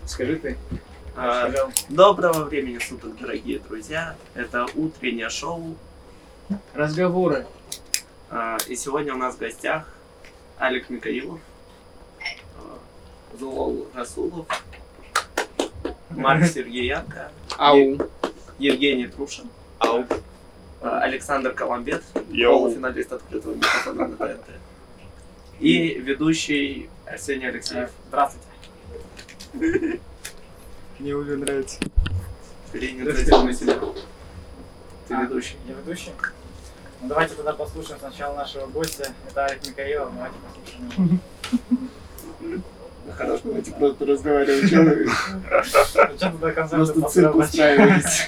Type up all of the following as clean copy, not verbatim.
Скажи ты. Доброго времени суток, дорогие друзья. Это утреннее шоу. Разговоры. И сегодня у нас в гостях Алик Микаилов, Зулол Расулов, Марк Сергеенко, Евгений Трушин, Александр Коломбет, полуфиналист открытого микрофона на ТНТ, и ведущий Арсений Алексеев. Здравствуйте. Мне уже нравится. Бери инициативу на себя. Ты ведущий. Я ведущий? Ну давайте тогда послушаем сначала нашего гостя. Это Алик Микаилов. Давайте послушаем его. Хорошо, давайте просто разговариваем. Что вы до конца просто цирк устраиваете?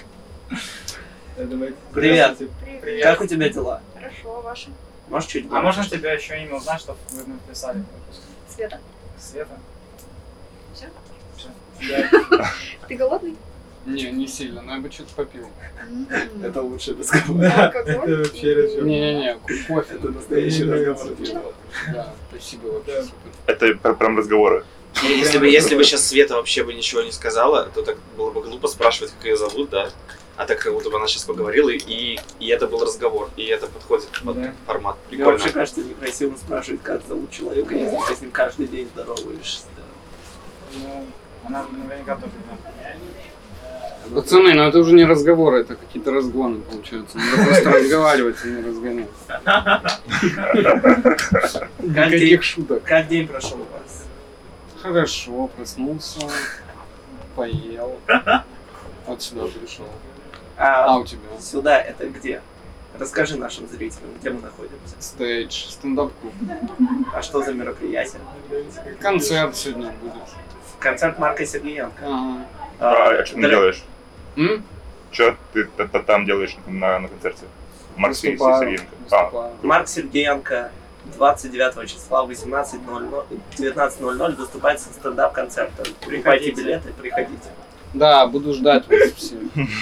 Привет. Привет. Как у тебя дела? Хорошо, а ваши? Можешь чуть А можно тебя еще имя узнать, чтобы вы написали? Света. Света? Все? Все. Ты голодный? Не сильно, но я бы что-то попил. Это лучший разговор. Алкоголь? вообще разговор. Не, кофе. Это настоящий разговор. Да, спасибо вообще. Это прям разговоры. Если бы сейчас Света вообще бы ничего не сказала, то так было бы глупо спрашивать, как ее зовут, да? А так как будто бы она сейчас поговорила, и это был разговор, и это подходит под формат. Мне Прикольно. вообще кажется некрасиво спрашивать, как зовут человека, если ты с ним каждый день здороваешься. Ну, она наверняка тоже не Пацаны, ну это уже не разговоры, это какие-то разгоны получаются. Надо просто разговаривать, а не разгонять. Никаких шуток. Как день прошел у вас? Хорошо, проснулся, поел. Вот сюда пришел. А у тебя? Сюда это где? Расскажи нашим зрителям, где мы находимся. Стейдж, стендап-клуб. А что за мероприятие? Концерт сегодня будет. Концерт Марка Сергеенко. Ага. А что ты делаешь? М? Что ты там делаешь на концерте? Марк Выступаю. Сергеенко. Выступаю. Марк Сергеенко 29 числа в 19:00 выступает со стендап-концертом. Покупайте билеты, приходите. Да, буду ждать вас всех.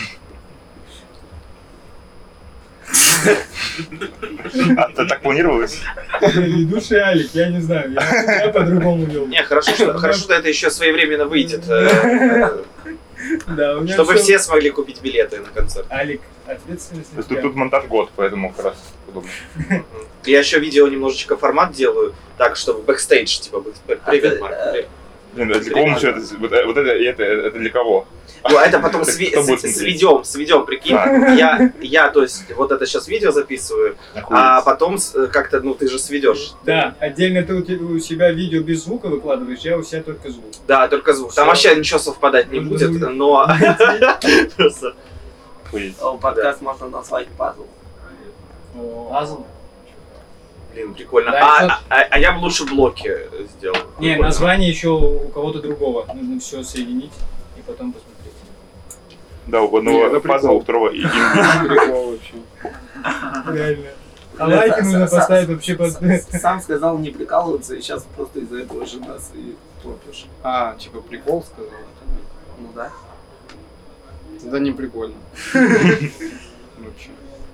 А ты так планировалось? Ведущий Алик, я не знаю, я по-другому вел. Не, хорошо, что это еще своевременно выйдет, Да, у меня чтобы всё- все смогли купить билеты на концерт. Алик, ответственность на тебя. Тут монтаж год, поэтому как раз удобно. Я еще видео немножечко формат делаю, так, чтобы бэкстейдж, типа, быть. Привет, Марк. Привет. Блин, для кого мы все это? Вот это и это для кого? Ну, а это потом Кто будет смотреть? сведем, прикинь. Я, то есть, вот это сейчас видео записываю, а потом как-то, ну, ты же сведешь. Да, отдельно ты у себя видео без звука выкладываешь, я у себя только звук. Да, только звук. Там вообще ничего совпадать не будет, но... Просто... Подкаст можно назвать пазл. Пазл? Блин, прикольно. Да, А я бы лучше блоки сделал. Не, Прикольно. название еще у кого-то другого. Нужно все соединить и потом посмотреть. Да, у одного пазла, у второго и Прикол вообще. Реально. А лайки нужно поставить вообще под... Сам сказал не прикалываться, и сейчас просто из-за этого же нас и топишь. А, типа прикол сказал? Ну да. Тогда не прикольно. Вообще.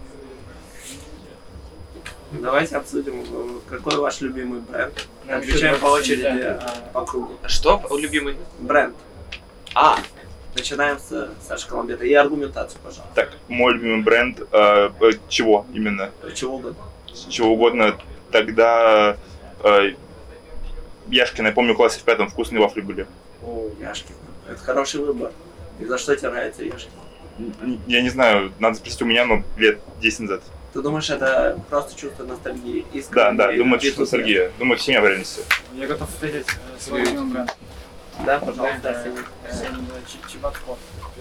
Давайте обсудим, какой ваш любимый бренд. Отвечаем по очереди по кругу. Что, любимый? Бренд. Начинаем с Саши Коломбета. И аргументацию, пожалуйста. Так, мой любимый бренд, чего именно? Чего угодно. Чего угодно. Тогда Яшкина, я помню, в классе в 5 вкусные вафли были. О, Яшкин. Это хороший выбор. И за что тебе нравится Яшкин? Я не знаю, надо спросить у меня, но лет 10 назад. Ты думаешь, это просто чувство ностальгии? Да, думаю, чувство ностальгия. Думаю, семья в реальности. Я готов встретить свой любимый бренд. Да, пожалуйста, Арсений. Чебатко.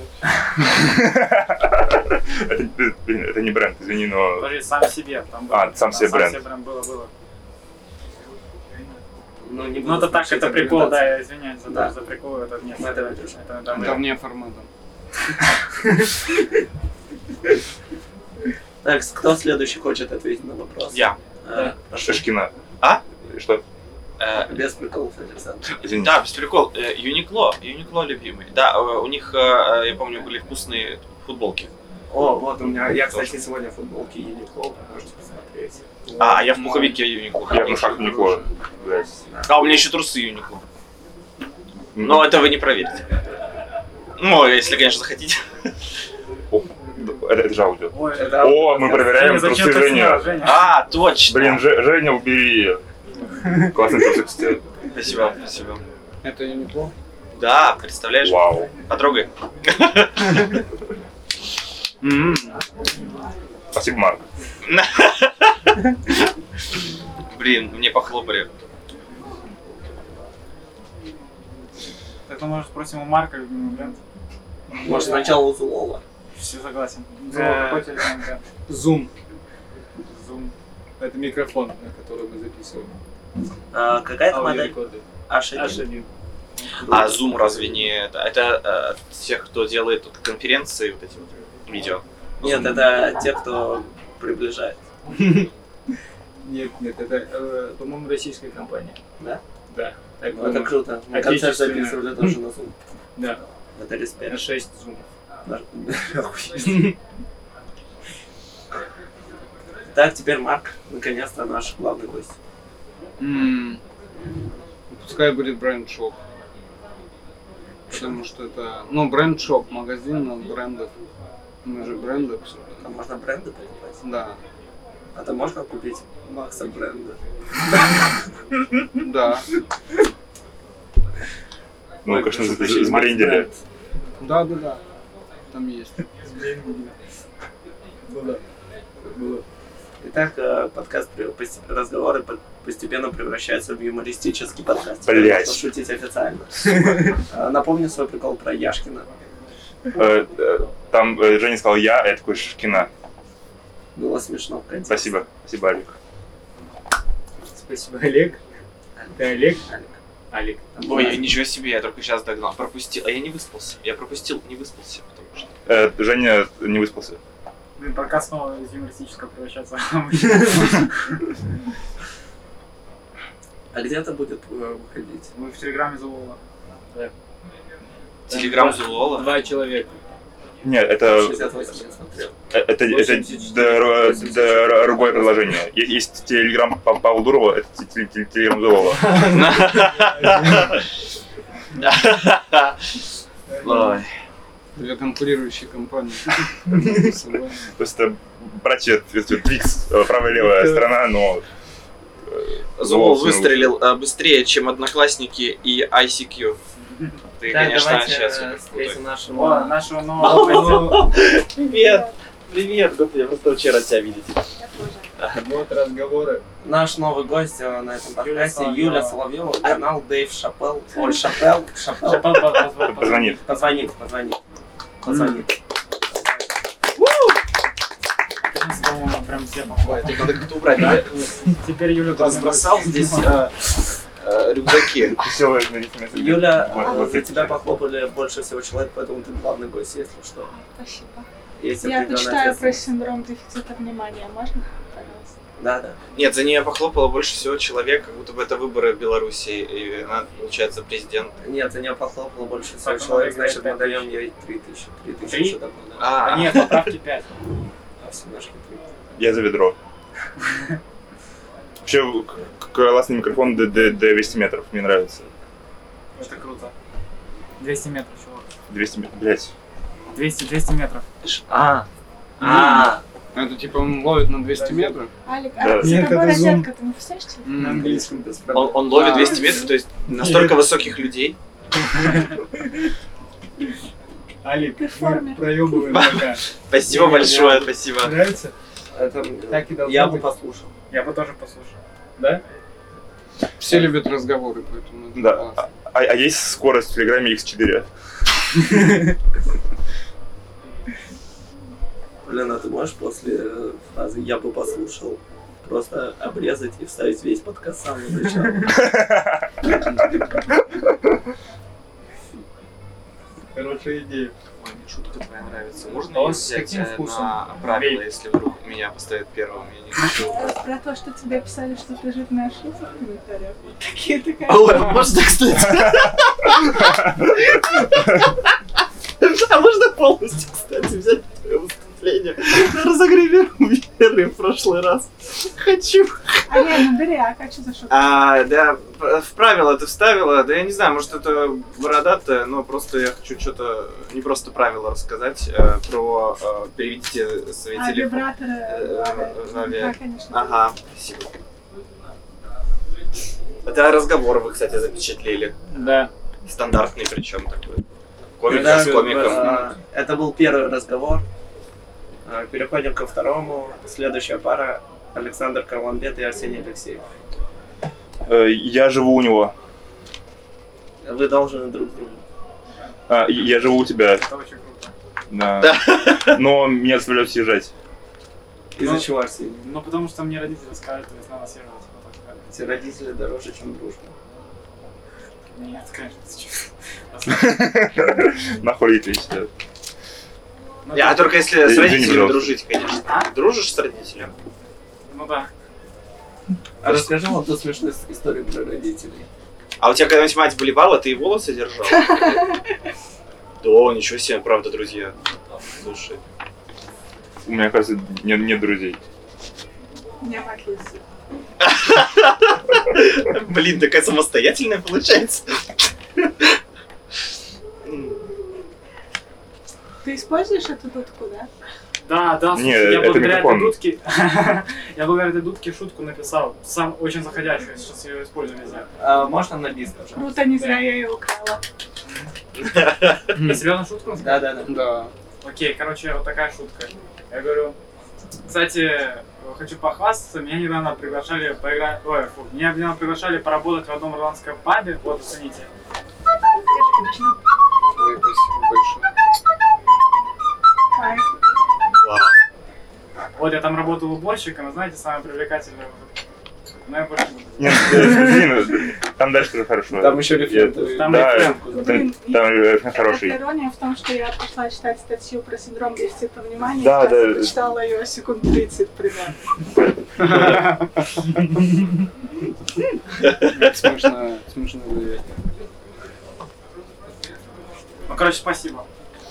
Это не бренд, извини, но... Подожди, сам себе. Там было. Сам себе бренд. Сам себе бренд было. Ну, не Ну это так, это прикол, да, я извиняюсь Да. за прикол, это нет. Ну, это выпьешь. Это вне формата. Так, кто следующий хочет ответить на вопрос? Я. Прошу. Шишкина. А? Что? Без приколов, Александр. Извините. Да, без прикол. Юникло любимый. Да, у них, я помню, были вкусные футболки. О, вот у меня, я, кстати, сегодня в футболке Юникло, можете посмотреть. А я в пуховике Юникло. Я в руках Никола. А у меня еще трусы Юникло. Но это вы не проверите. Ну, если, конечно, захотите. Это же аудио. Ой, О, мы проверяем Женя, трусы зачем ты снял, Жени. Женя? А, точно. Блин, Женя, убери. Классный трусик, кстати. Спасибо, спасибо. Это неплохо. Да, представляешь? Вау. Потрогай. Спасибо, Марк. Блин, мне похлопали. Так, ну, может, спросим у Марка любимый бренд? Может, сначала у Зулова. Все согласен. Какой телефон бренд? Zoom. Zoom. Это микрофон, на который мы записываем. Какая-то модель? Аудиорекорды. H1. H1. А Zoom разве не это? Это тех, кто делает тут конференции, вот эти вот видео. Нет, это те, кто приближает. Нет, это, по-моему, российская компания. Да? Да. Так, Ну, это круто. Мы концерт Отечественная. записывали тоже на Zoom. Да. Это респект. 6 зум. Так, теперь Марк, наконец-то наш главный гость. Пускай будет бренд-шоп. Потому что это, ну, бренд-шоп, магазин брендов. Мы же бренды обсуждаем. Там можно бренды покупать. Да. А там можно купить Макса бренда. Да. Ну, конечно, сбрендили. Да. Там есть. Итак, подкаст разговоры постепенно превращаются в юмористический подкаст. Блять. Можно шутить официально. Напомню свой прикол про Яшкина. Там Женя сказал я, а я такой Шкина. Было смешно в конце. Спасибо, спасибо, Алик. Спасибо, Олег. Ты Олег? Алик. Олег. Ой, ничего себе, я только сейчас догнал. Пропустил. А я не выспался. Я пропустил, не выспался, потому что... Женя не выспался. Блин, подкаст снова из юмористического превращается. А где это будет выходить? Мы в Телеграме Зулова. Телеграм Зулола. 2 человека. Нет, это 68 я смотрел. другое приложение. Есть телеграм Павла Дурова, это телеграм Зулова. Ой. Две конкурирующие компании. Просто братья Твикс, правая и левая сторона, но... Зулол выстрелил быстрее, чем Одноклассники и ICQ. Ты, Так, конечно, давайте вообще супер встретим крутой. нашего... Нашего нового Привет! Привет, Год, я просто очень рад тебя видеть. Вот разговоры. Наш новый гость на этом подкасте Соловьева. Юля Соловьева, канал Дэйв Шапел. Ой, Шапел. Позвонит. Позвонит. По-моему, прям все похвалят. Тут надо как-то убрать, да? Теперь Юля Разбросал здесь рюкзаки. Веселая измерительная среда. Юля, Вот за эти тебя все. похлопали больше всего человек, поэтому ты главный гость, если что. Спасибо. Если Я определенная почитаю про ответственность. синдром дефицита внимания. Можно? Пожалуйста. Да. Нет, за нее похлопало больше всего человек, как будто бы это выборы в Беларуси, и она, получается, президент. Нет, за нее похлопало больше всего Так, человек, она значит мы выиграет даем ей 3000. 3000 Три? уже давно, да. А нет, поправьте 5. А все наши 3000. Я за ведро. Вообще, классный микрофон до 200 метров, мне нравится. Это круто. 200 метров, чувак. 200 метров, блять. 200 метров. Это типа он ловит на 200 метров? Алик, Да. а за Нет, тобой это Zoom. розетка, ты не представляешь, что? На английском без проблем. Он ловит 200 метров, то есть настолько высоких людей. Алик, Ты в форме. проебываем пока. Спасибо большое, спасибо. Нравится? Это Так и должно я бы быть. послушал. Я бы тоже послушал. Да? Все любят разговоры, поэтому это Да. классно. А есть скорость в Телеграме X4? Блин, а ты можешь после фразы «я бы послушал» просто обрезать и вставить весь подкаст с самого начала? Хорошая идея. Ой, мне шутка твоя нравится. Можно А он ее с взять каким вкусом? на правила, если вдруг меня поставят первым? Я не хочу. Про то, что тебе писали, что ты жирная шутка в комментариях. Такие такая. Ой, можно, кстати? А можно полностью, кстати, взять твое выступление на разогреве Веры в прошлый раз? Хочу. А не, ну бери, а как что за шутка? Да, в правила ты вставила, да я не знаю, может это бородатое, но просто я хочу что-то, не просто правила рассказать, про переведите свои телефоны. Вибраторы. Да, конечно. Ага, спасибо. Это разговор вы, кстати, запечатлели. Да. Стандартный причем такой. Комик Да, с комиком. Это был первый разговор. Переходим ко второму. Следующая пара — Александр Каламбет и Арсений Алексеев. Я живу у него. Вы должны друг другу. Я живу у тебя. Это очень круто. Да. Но меня заставляют съезжать. Из-за Ну, чего, Арсений? Ну, потому что мне родители сказали, то есть надо съезжать. Вот так сказали. Эти родители дороже, чем дружба. Нет, конечно, сейчас. Нахуй родители сидят. А только если с Извини, родителями пожалуйста. дружить, конечно. Дружишь с родителями? Ну да. А расскажи вот ту смешную историю про родителей. А у тебя когда-нибудь мать болевала, ты и волосы держал? Да, ничего себе, правда, друзья. Слушай. У меня, кажется, нет друзей. Не отлично. Блин, такая самостоятельная получается. Ты используешь эту дудку, да? Да, да, Не, слушай, я это благодаря этой микрофон. дудке, я благодаря этой дудке шутку написал, сам очень заходящую, я сейчас ее использую везде. Можно на бис, пожалуйста? Круто, не зря я ее украла. Ты серьезно шутку? Да. Да. Окей, короче, вот такая шутка. Я говорю, кстати, хочу похвастаться, меня недавно приглашали поиграть, меня недавно приглашали поработать в одном ирландском пабе, вот, оцените. Ой, спасибо большое. Кайф. Вау. Вот, я там работал уборщиком, и знаете, самое привлекательное, но я больше не буду. Нет, извини, там дальше тоже хорошо. Там еще рефлект. Там Да, рефлен. там Это хороший. ирония в том, что я пошла читать статью про синдром дефицита внимания, Да, и да. прочитала ее секунд 30 примерно. Смешно заявить. Ну, короче, спасибо.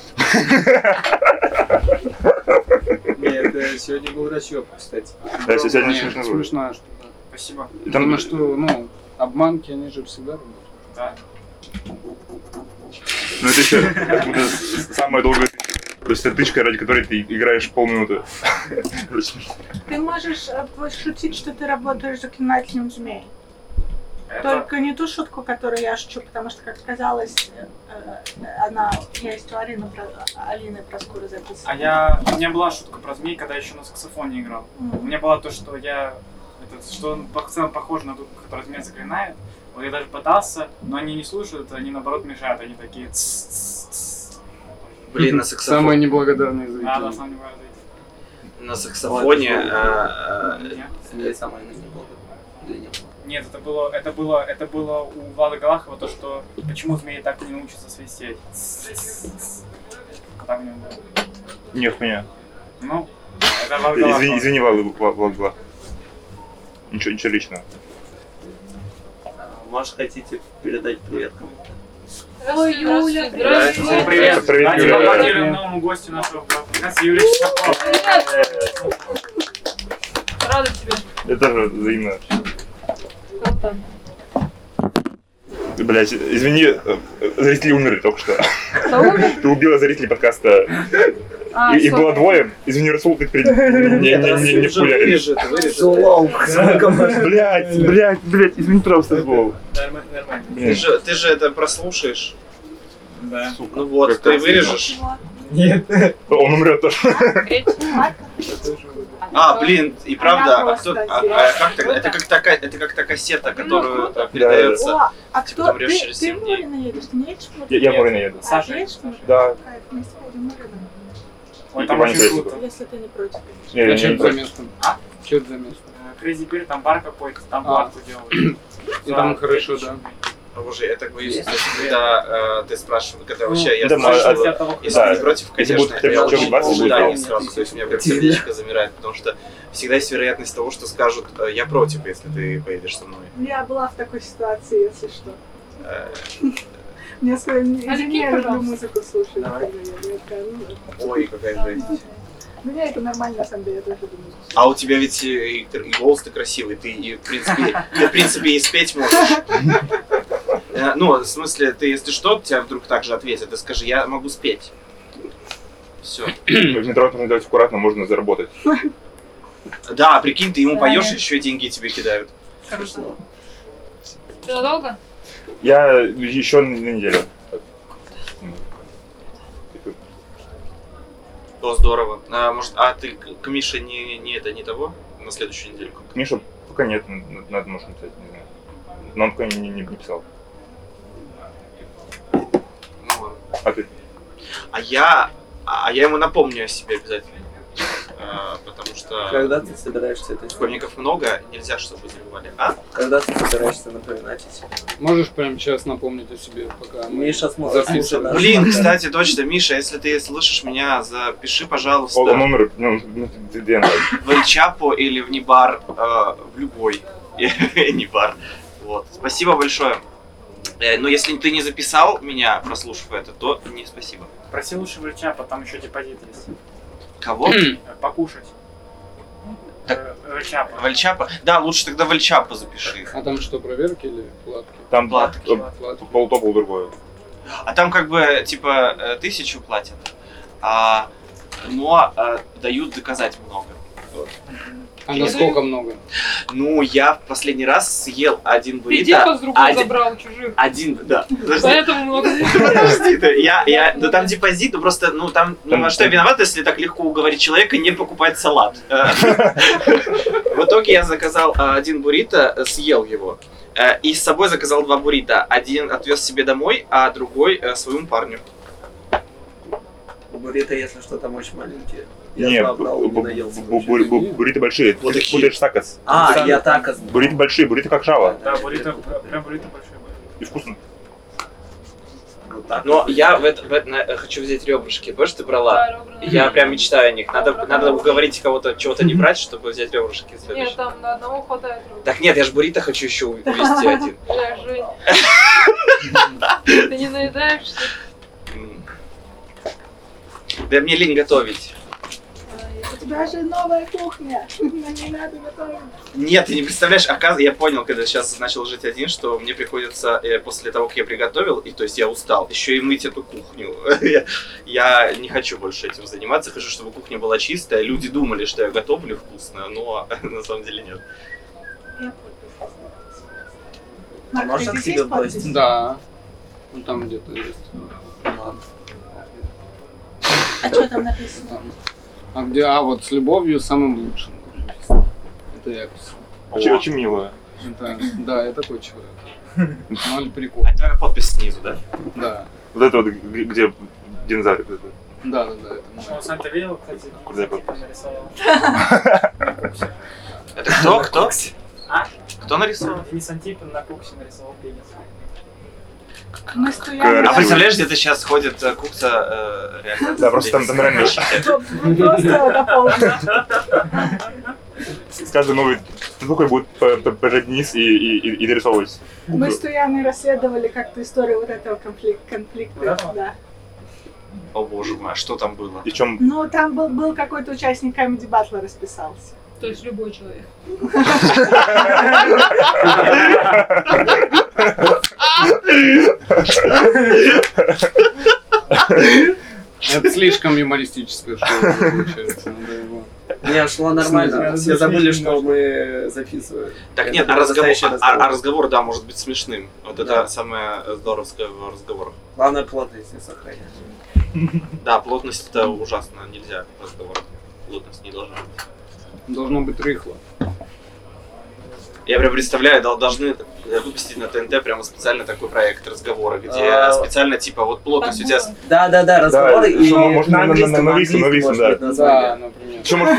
Нет, сегодня был расчет, кстати. Да, сегодня Нет, смешно было. смешная штука. Спасибо. Потому что, ну, обманки, они же всегда работают. Да. Ну это еще самая долгая тычка. То есть это тычка, ради которой ты играешь полминуты. Ты можешь пошутить, что ты работаешь заклинателем змей. Это... Только не ту шутку, которую я шучу, потому что, как казалось, она есть у Алины Проскуры записана. У меня была шутка про змей, когда я еще на саксофоне играл. У меня была то, что что он в целом похож на ту, которая змея заклинает. Вот я даже пытался, но они не слушают, они наоборот мешают, они такие Блин, на саксофоне. Самые неблагодарные Да, зрители. на самом деле. На саксофоне. Нет. Самое неплохо. Нет, это было у Влада Галахова то, что почему змеи так не научатся свистеть. Так у него было. Нихуя. Ну, это Влад Галахов. Извини, Влад. Ничего личного. Может, хотите передать привет кому-то? Ой, Юля, Здравствуйте. Всем привет. Привет, Давайте Юля. поаплодируем новому гостю нашего подкаста, Юлия Чеснокова. Рада тебе. Это тоже взаимно. Круто. Блять, извини, зрители умерли только что. Кто умер? Ты убила зрителей подкаста. Их всё. было двое. Извини, Расул, ты не пуляешь. Блять, извини, пожалуйста, Злоу. Нормально. Ты же это прослушаешь. Да. Ну вот, ты вырежешь. Нет. Он умрет тоже. Блин, и правда, Она а кто, просто как тогда? Это как та кассета, которую передается. О, а Типа, кто? ты умрёшь через Ты 7 в дней. Мурино едешь? Ты не едешь в Мурино? Я в Мурино еду. Саша, Ты едешь в Мурино? Да. Кайф, вместе поедем в Мурино. Ой, там Ваня очень Крейсер. круто. Если ты не против, конечно. Не, А что не это за против. место? А? Что это за место? Crazy Beer, там бар какой-то, там А. платку делают. И там хорошо, да. Боже, я так боюсь, кстати, когда ты спрашиваешь, когда вообще я да, спрашиваю, если да. ты не против, Если конечно, будет хотя бы я человек очень 20, в будет ожидании норм. сразу, то есть у меня прям сердечко замирает, потому что всегда есть вероятность того, что скажут, я против, если ты поедешь со мной. Я была в такой ситуации, если что. Э, Мне сказали, Алексей, извини, я люблю пожалуйста. музыку слушать. Давай. когда еду. Я такая, ну, Ой, какая жесть. У меня это нормально, на самом деле, я тоже думаю. А у тебя ведь и голос-то красивый, ты, и, в принципе, и спеть можешь. Ну, в смысле, ты, если что, тебя вдруг так же ответят, ты скажи, я могу спеть. Все. В метро нужно делать аккуратно, можно заработать. Да, прикинь, ты ему Да, поешь, нет. еще и деньги тебе кидают. Круто. Ты надолго? Я еще на неделю. О, здорово. Может, ты к Мише не того? На следующую недельку? Миша пока нет, надо, может, написать, не знаю. Но он пока не писал. Ну ладно. А ты? А я ему напомню о себе обязательно. Потому что Когда ты собираешься это сделать? комиков много, нельзя, чтобы забывали. А? Когда ты собираешься напоминать о себе? Можешь прямо сейчас напомнить о себе, пока мы Миша сможет слушать записываем. нас. Блин, кстати, точно, Миша, если ты слышишь меня, запиши, пожалуйста, Номер, ну, где надо. в Эль Чапо или в Нибар, в любой Нибар. Вот. Спасибо большое. Но если ты не записал меня, прослушав это, то не спасибо. Проси лучше Вальчапа, там еще депозит есть. Кого? Покушать. Так. Вальчапа. Вальчапа? Да, лучше тогда Вальчапа запиши. А там что, проверки или платки? Там Платки. Платки. полто, другое. А там как бы, типа, 1000 платят, но дают доказать много. Вот. А насколько много? Ну, я в последний раз съел один Ты буррито. депа с другой один- забрал чужих. Один, да. Подожди. Поэтому много. Подожди, да, ну там депозит, ну просто, ну там, ну а что я виноват, если так легко уговорить человека не покупать салат? В итоге я заказал один буррито, съел его, и с собой заказал 2 буррито. Один отвез себе домой, а другой своему парню. Буррито, если что, там очень маленькие. Я Нет, два брал, не наелся. буррито большие. Вот Ты такие. путаешь такос. А, я такос. Буррито большие, буррито как шава. Да, буррито, прям буррито большой был. И вкусно. Ну, такос. Но я хочу взять ребрышки. Помнишь, ты брала? Я прям мечтаю о них. Надо уговорить кого-то чего-то не брать, чтобы взять ребрышки Нет, следующие. там на одного хватает рук. Так нет, я же буррито хочу еще увезти один. Бля, Жень. Ты не наедаешься? Да мне лень готовить. У тебя же новая кухня, не надо готовить. Нет, ты не представляешь, оказывается, я понял, когда сейчас начал жить один, что мне приходится после того, как я приготовил, и то есть я устал, еще и мыть эту кухню. Я не хочу больше этим заниматься, хочу, чтобы кухня была чистая. Люди думали, что я готовлю вкусно, но на самом деле нет. Марк, Можно ты к здесь тебе в подпись? гости? Да. Ну там где-то есть. Ладно. А что там написано? А где? А вот с любовью самым лучшим. Это я писал. Очень мило. Это, да, я такой человек. Ноль прикол. А твоя подпись снизу, да? Да. Вот это вот, где динозавр. Да, это мой. Ну, Сам ты видел, кстати, Куда типа нарисовал. Это кто? А? Кто нарисовал? Денис Антипин на куксе нарисовал пенис. Мы А стояли. представляешь, где-то сейчас ходит кукса реально? Да, просто там реально Просто дополнить. с каждой новой штукой будет пожать вниз и дорисовывать. Мы с Туяной расследовали как-то историю вот этого конфликта. Да. О боже мой, а что там было? И в чем Ну, там был какой-то участник Comedy Battle расписался. То есть любой человек. Это слишком юмористическое шоу получается. Надо его. Не, шло нормально. Все забыли, что мы записываем. Так Это нет, был настоящий разговор. разговор, да, может быть смешным. Вот Да. это самое здоровское в разговорах. Главное, плотность не сохранять. Да, плотность это ужасно, нельзя в разговорах. Плотность не должна быть. Должно быть рыхло. Я прям представляю, должны выпустить на ТНТ прямо специально такой проект разговора, где А. специально типа вот плотность у тебя... Да, разговоры Да, и что, может, на на английском, английском, может да. быть Да, название. например. Еще может,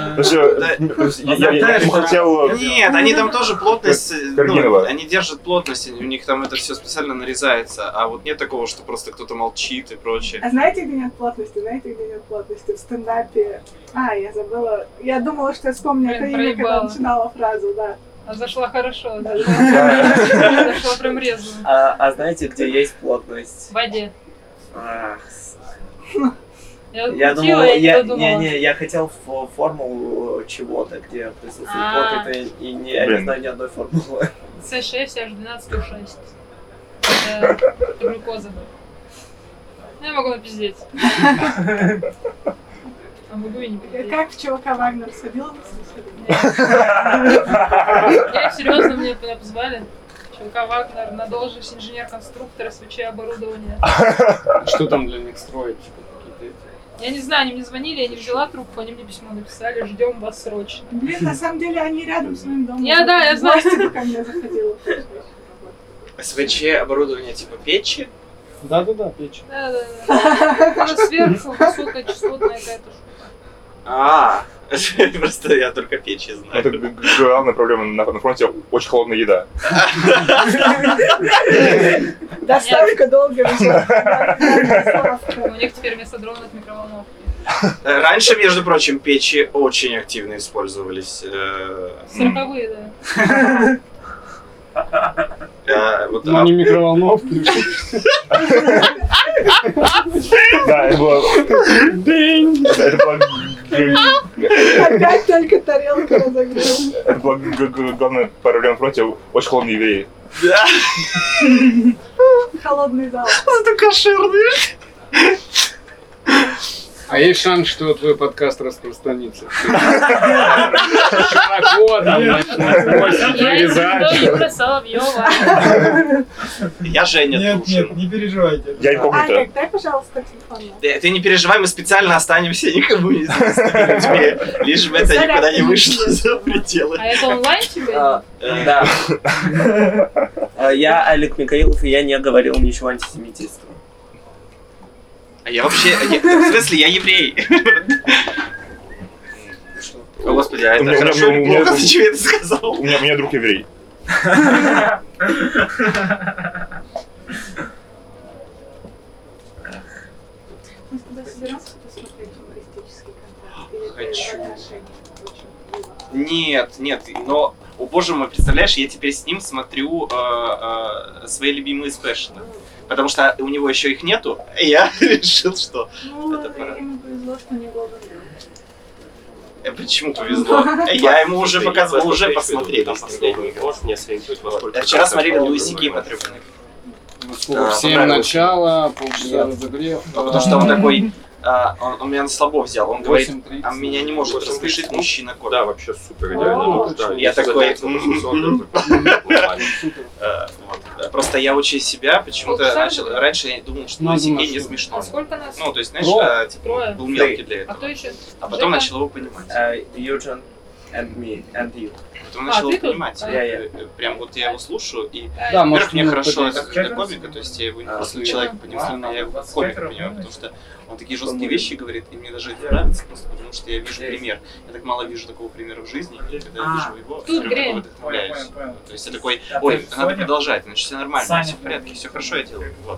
я хотел... Нет, они там тоже плотность, Каргинова. они держат плотность, у них там это все специально нарезается, а вот нет такого, что просто кто-то молчит и прочее. А знаете, где нет плотности? Знаете, где нет плотности? В стендапе. А, я забыла. Я думала, что я вспомню Блин, это имя, когда проебала. начинала фразу, да. А зашла хорошо. Да. Зашла прям резво. А знаете, где есть плотность? В воде. Ах, Я крутила, думал, я не я, додумала. не, я хотел формулу чего-то, где присутствует А. код, это, и я не Блин. знаю ни одной формулы. С6, H12, O6. Это глюкоза. Ну, я могу напиздеть. А могу и не пиздеть. Как в ЧВК Вагнер садился? Я серьезно, меня позвали. ЧВК Вагнер на должность инженер-конструктора СВЧ оборудования. Что там для них строить? Какие-то Я не знаю, они мне звонили, я не взяла трубку, они мне письмо написали, ждем вас срочно. Блин, на самом деле они рядом с моим домом. Я знаю. В гости ко мне заходила. СВЧ оборудование типа печи. Да-да-да, печь. Да. Она сверху высокочастотная какая-то штука. Просто я только печи знаю. Это главная проблема на фронте, очень холодная еда. Доставка долго везет. У них теперь вместо дронов микроволновки. Раньше, между прочим, печи очень активно использовались. 40-е, да. Вот, Но не микроволновки. Да, это было... Это было... Опять только тарелку разогрел. Это была главная проблема на фронте, очень холодные евреи. Да, Холодный зал. это кошерные. А есть шанс, что твой подкаст распространится? Широко там начнут просить вырезать. Юра Соловьева. Я Женя Трушин. не переживайте. Я не помню это. Аня, дай, пожалуйста, телефон. Ты не переживай, мы специально останемся никому не известными людьми, лишь бы это никуда не вышло за пределы. А это онлайн тебе? Да. Я Алик Михаилов, и я не говорил ничего антисемитистского. А я вообще... В смысле, я еврей. О, господи, а У это меня- хорошо у или меня- плохо, зачем я это сказал? У меня друг еврей. Мы с тобой соберемся посмотреть юмористический контент? Или ты Хочу. в отношениях очень Нет, но, о боже мой, представляешь, я теперь с ним смотрю свои любимые спешлы. Потому что у него еще их нету, и я решил, что... Ну, Это пора. ему повезло, что не было. Почему повезло? Я ему уже показывал, уже посмотрели. Можешь мне сориентировать, во сколько? Вчера смотрели Луиси Кей потрепанный. В 7 начала, полчаса разогрев. Потому что он такой... Он меня на слабо взял. Он говорит, 8:30. а меня не может рассмешить мужчина кот. Да, вообще супер идеально. О, Ну, да, я если такой, задать вопрос, он нормально. Вот. Просто я учу себя, почему-то Полчаса начал... было? Раньше я думал, что Ну, Луиси Кей думаю, не что- смешно. А сколько нас? Ну, то есть, знаешь, Трое. типа, Трое. был мелкий для А этого. кто еще? А потом Жека? начал его понимать. Юджин and me, and you. Потом А, начал ты его тут? понимать. А. Я. Прям вот я его слушаю, и, Да, во-первых, может, мне ну, хорошо это- это для комика, то есть я его не просто если- человека понимаю, а я его комика понимаю, потому что он такие жесткие вещи говорит, и мне даже это нравится, просто потому что я вижу пример. Я так мало вижу такого примера в жизни, и когда я вижу его, Тут прям грень. вдохновляюсь. Понял. То есть я такой, А ой, ты надо сегодня- продолжать, значит все нормально, Саня, все в порядке, все хорошо я делаю. Вот.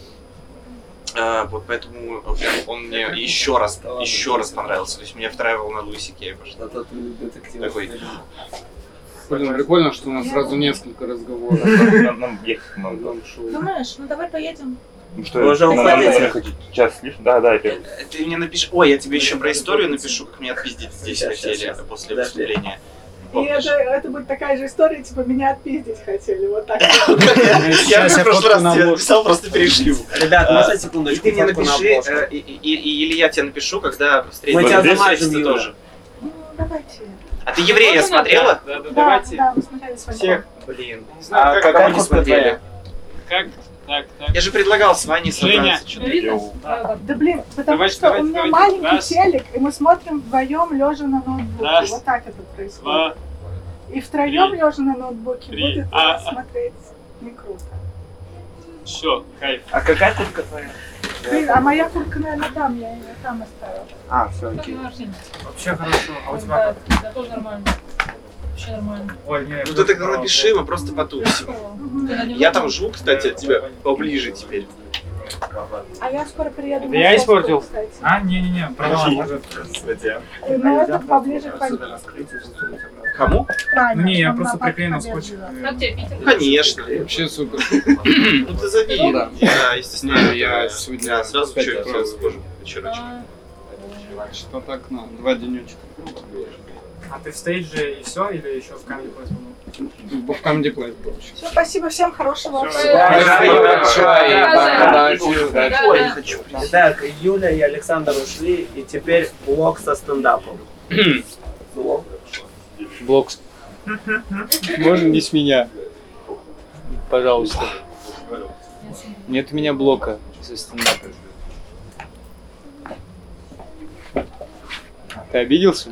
Вот поэтому прям он мне еще раз понравился. То есть мне вторая волна Луиси Кея пошла. Зато ты детектив. Такой. Блин, прикольно, что у нас сразу несколько разговоров. Нам ехать в надо. одном шоу. Думаешь, ну давай поедем. Ну что, Вы уже нам уходите? ехать час с лишним? Да, я первый. Ты мне напишешь, ой, я тебе еще про историю напишу, как меня отпиздить здесь Сейчас, хотели сейчас. после Подожди. выступления. И Помнишь? это будет такая же история, типа меня отпиздить хотели. Вот так. Я в прошлый раз тебе написал, просто перешлю. Ребят, можно И секундочку? ты мне фотку на напиши, обложку? или я тебе напишу, когда Мы встретимся. тебя Здесь замажем, встретимся Юля. тоже. Ну, давайте. А ты еврея смотрела? Да, Да, давайте. да, мы смотрели с вами. Всех. Блин. знаю, А как кого там не фотка смотрели? твоя? Как? Так. Я же предлагал с Ваней Женя. собраться. что-то. Ну, видно? Да. Да блин, потому Давайте, что у давайте, меня давайте. маленький Раз. телек, и мы смотрим вдвоем лежа на ноутбуке. Раз. Вот так это происходит. Два. И втроем Три. лежа на ноутбуке Три. будет смотреть не круто. Все, кайф. А какая куртка твоя? Блин, а моя куртка, наверное, там, я ее там оставила. А, все, Так, окей. ну, вообще нет. Вообще хорошо. А у тебя Да, как? да, тоже нормально. Вообще нормально. Ой, не, Ну ты тогда напиши, мы просто потусим. Ты на Я там живу, кстати, от тебя поближе теперь. А я скоро приеду Это в я Московскую, испортил? кстати. А, не, продавай. Ну, это поближе к Ване. Кому? Ваня, Не, я он просто на приклеил Победе скотч. живет. Как тебе, Питер? Конечно. Вообще супер. Ну ты зови. Да. Я, естественно, Не, я сегодня сразу опять чё, отправлю. сразу скажу. Вечерочек. А, Что так, на 2 денечка. А ты в стейдже и все, или еще в Comedy Place был? В Comedy Place был еще. Все, спасибо всем, хорошего. Да. Итак, Юля и Александр ушли, и теперь блок со стендапом. Блок. Блок. Можно не с меня? Пожалуйста. Нет у меня блока со стендапом. Ты обиделся?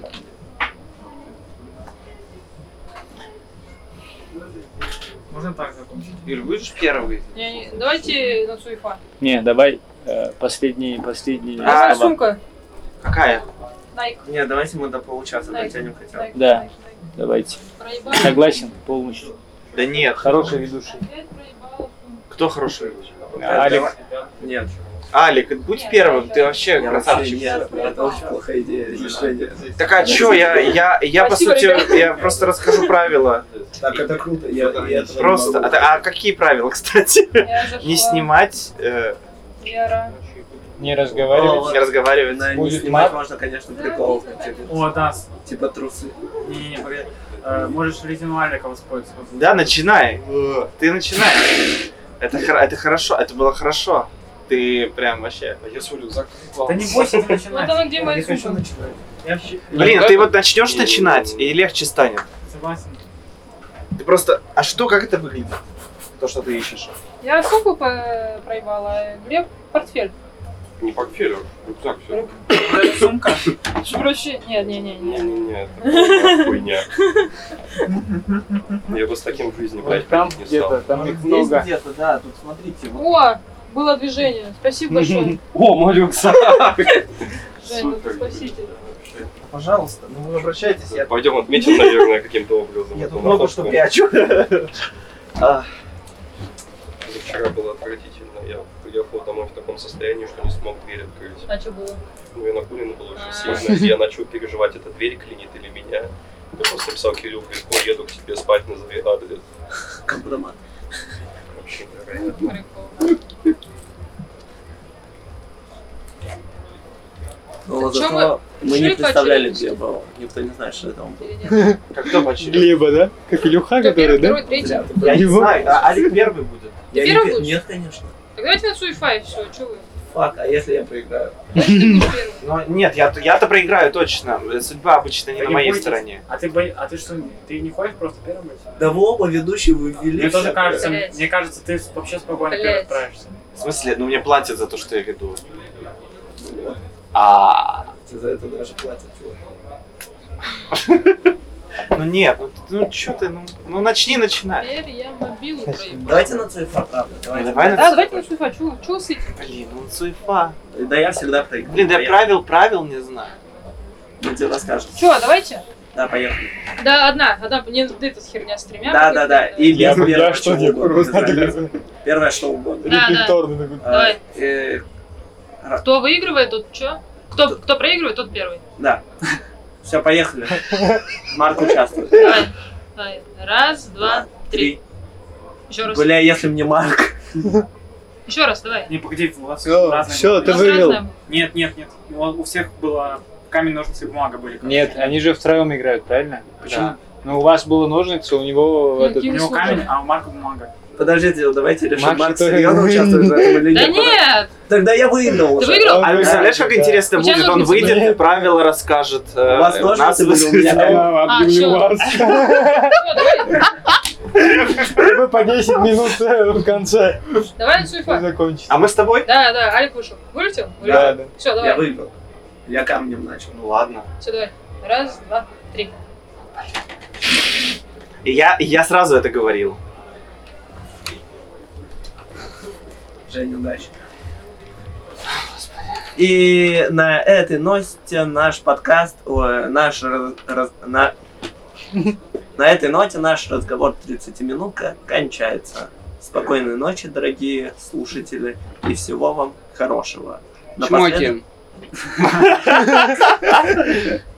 Можно так закончить? Юль, будешь первый? Давайте на Цуефа. Не, давай последний. Какая сумка? Какая? Nike. Нет, давайте мы до получаса Nike. дотянем хотя бы. Nike. Да. Nike. Давайте. Проебали. Согласен полностью. Да нет. Хороший ведущий. Опять проебала. Кто хороший? Алик. Нет. Алик, будь первым, ты вообще красавчик. Нет, это очень плохая идея, решение. Так а чё, я по Спасибо, сути, ребят. я просто расскажу правила. Так, это круто, я этого не Просто, могу. а какие правила, кстати? Я зашла. Не снимать, Яра. Не разговаривать. не разговаривать. Не Будет снимать мат. можно, конечно, приколов, О, да. типа трусы. Не-не-не, погоди. Можешь ледяного Алика воспользоваться. Да, начинай. Ты начинай. Это хорошо, это было хорошо. Ты прям вообще... Да не бойся, ты Вот начинай. она где моя Не хочу сумка? начинать. Я вообще Блин, ты вот начнешь начинать, и легче станет. согласен. Ты просто... А что, как это выглядит? То, что ты ищешь. Я сумку проебала, а Глеб портфель. Не портфель, а рюкзак, все. Это сумка. Короче, не-не-не. Не-не-не, это полная хуйня. Я бы с таким в жизни, блядь, Там ходить не где-то, стал. там их Здесь много. где-то, да, тут смотрите. Вот. О, было движение. Спасибо большое. О, мой рюкзак. Женя, ты спаситель. Пожалуйста, ну вы обращайтесь, я Пойдем отметим, наверное, каким-то образом. тут эту много что находку. прячу. А, Вчера было отвратительно. Я приехал домой в таком состоянии, что не смог дверь открыть. А что было? Ну, я накурен был очень сильно. И я начал переживать, это дверь клинит или меня. Я просто написал: Кирилл, легко еду к тебе спать, назови адрес. компромат. Вообще невероятно. Прикол. Но Чё зато мы не шли по представляли, очереди? где был. Никто не знает, что это он был. Или нет? Как кто почти? Глеба, да? Как Илюха, Кто который, первый, да? второй, третий? Я не Его? знаю, а Алик первый будет. Ты Я не первый пе- будешь? Нет, конечно. Так давайте на Цуефа и все, что вы? Фак, а если я проиграю? Давайте ты будешь первый. Но нет, я-то проиграю точно. Судьба обычно не Да на не моей бойтесь. стороне. А ты что, ты не хочешь просто первым быть? Да вы оба ведущие, вы ввели. Мне тоже всё. кажется, Блядь. мне кажется, ты вообще спокойно Блядь. первый отправишься. В смысле, ну мне платят за то, что я веду. А, Тебе за это даже платят, чувак. ну нет, ну что ты, ну начинай. Теперь я мобилу проебала. Давайте на цифра, правда. Ну, Давайте. давай Да, давайте на Цуефа, чего с этим? Блин, ну цуефа. Да я всегда проиграю. Блин, да я правил не знаю. Мы тебе расскажем. Че, давайте? Да, поехали. Да, одна, не эта херня с тремя. Да. И Я без первого, что чего делаю? угодно, без разницы. Первое, что угодно. Да. Рефлекторный такой. Давай. А, Кто выигрывает, тот что? Кто проигрывает, тот первый. Да. Все, поехали. Марк участвует. Давай. Раз, два, три. Еще раз. Бля, если мне Марк. Еще раз, давай. Не, погоди, у вас Всё, разные всё, были. ты У нас выиграл. разное. Нет. У всех было камень, ножницы, бумага были. Нет, они же втроем играют, правильно? Почему? Ну, у вас было ножницы, у него Ну, этот... У него камень, а у Марка бумага. Подождите, давайте решим, Марк, Марк что ли? серьезно участвует в этом или Да нет. нет! Тогда я выиграл Ты уже. выиграл? А представляешь, как да. интересно У тебя будет? Он ножницы выйдет, были? правила расскажет. У вас ножницы были, у меня камень. Объявлю чё? вас. Всё, давай. Вы по 10 минут в конце Давай на Цуефа. закончите. А мы с тобой? Да, Алик вышел. Вылетел? Да, да. Все, Я давай. выиграл. Я камнем начал. Ну ладно. Все, давай. Раз, два, три. И я сразу это говорил. Жень, удачи. И на этой ноте наш подкаст, на этой ноте наш разговор 30-минутка кончается. Спокойной ночи, дорогие слушатели, и всего вам хорошего. Чмоки.